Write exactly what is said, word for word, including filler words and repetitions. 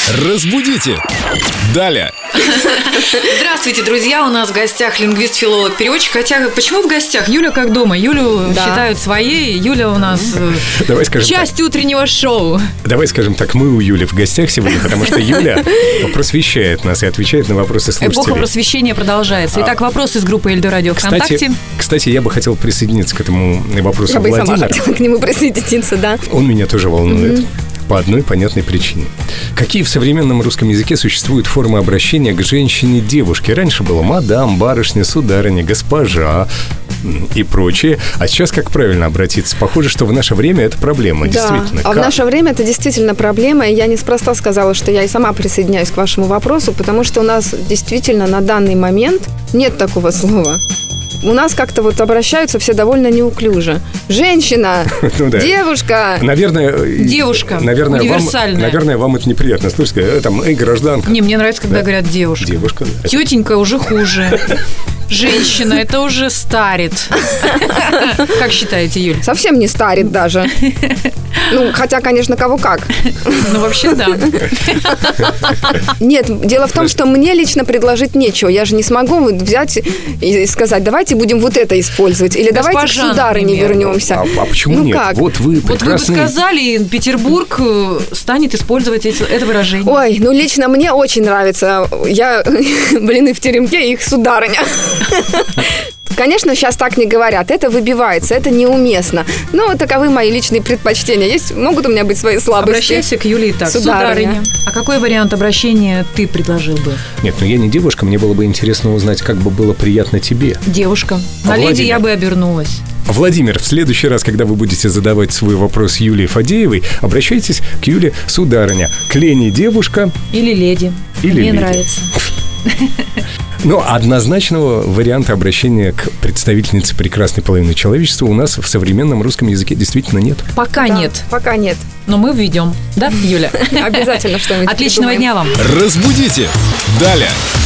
Разбудите! Далее! Здравствуйте, друзья! У нас в гостях лингвист-филолог-переводчик. Хотя, почему в гостях? Юля как дома. Юлю да. считают своей. Юля у нас Давай скажем часть так. утреннего шоу. Давай скажем так, мы у Юли в гостях сегодня, потому что Юля просвещает нас и отвечает на вопросы слушателей. Эпоха просвещения продолжается. Итак, вопрос из группы Эльдо Радио ВКонтакте. Кстати, кстати, я бы хотел присоединиться к этому вопросу я Владимира. Я бы и сама хотела к нему присоединиться, да. Он меня тоже волнует. Mm-hmm. По одной понятной причине. Какие в современном русском языке существуют формы обращения к женщине-девушке? Раньше было мадам, барышня, сударыня, госпожа и прочее. А сейчас как правильно обратиться? Похоже, что в наше время это проблема, да. действительно. А как? в наше время это действительно проблема. И я неспроста сказала, что я и сама присоединяюсь к вашему вопросу, потому что у нас действительно на данный момент нет такого слова. У нас как-то вот обращаются все довольно неуклюже. Женщина, ну, да. девушка. Наверное, девушка. Наверное, универсальная. Вам, наверное, вам это неприятно. Слушайте, там, эй, гражданка. Не, мне нравится, когда да. говорят девушка. Девушка, да. Тетенька уже хуже. Женщина, это уже старит. Как считаете, Юль? Совсем не старит даже. Ну, хотя, конечно, кого как. Ну, вообще, да. Нет, дело в том, что мне лично предложить нечего. Я же не смогу взять и сказать, давайте будем вот это использовать. Или Госпожа, давайте к сударыне вернемся. А, а почему ну, нет? Как? Вот вы прекрасный... Вот вы бы сказали, Петербург станет использовать эти, это выражение. Ой, ну лично мне очень нравится. Я, блины в теремке, их сударыня. Конечно, сейчас так не говорят. Это выбивается, это неуместно. Но таковы мои личные предпочтения. Есть, могут у меня быть свои слабости. Обращайся к Юлии так. Сударыня. Сударыня. А какой вариант обращения ты предложил бы? Нет, ну я не девушка, мне было бы интересно узнать, как бы было приятно тебе. Девушка. А На леди Владимир? я бы обернулась. Владимир, в следующий раз, когда вы будете задавать свой вопрос Юлии Фадеевой, обращайтесь к Юле сударыня. К Лене девушка. Или леди. Или Мне леди. нравится. Но однозначного варианта обращения к представительнице прекрасной половины человечества у нас в современном русском языке действительно нет. Пока да, нет. Пока нет. Но мы введем. Да, Юля? Обязательно что-нибудь Отличного придумаем. дня вам. Разбудите! Далее!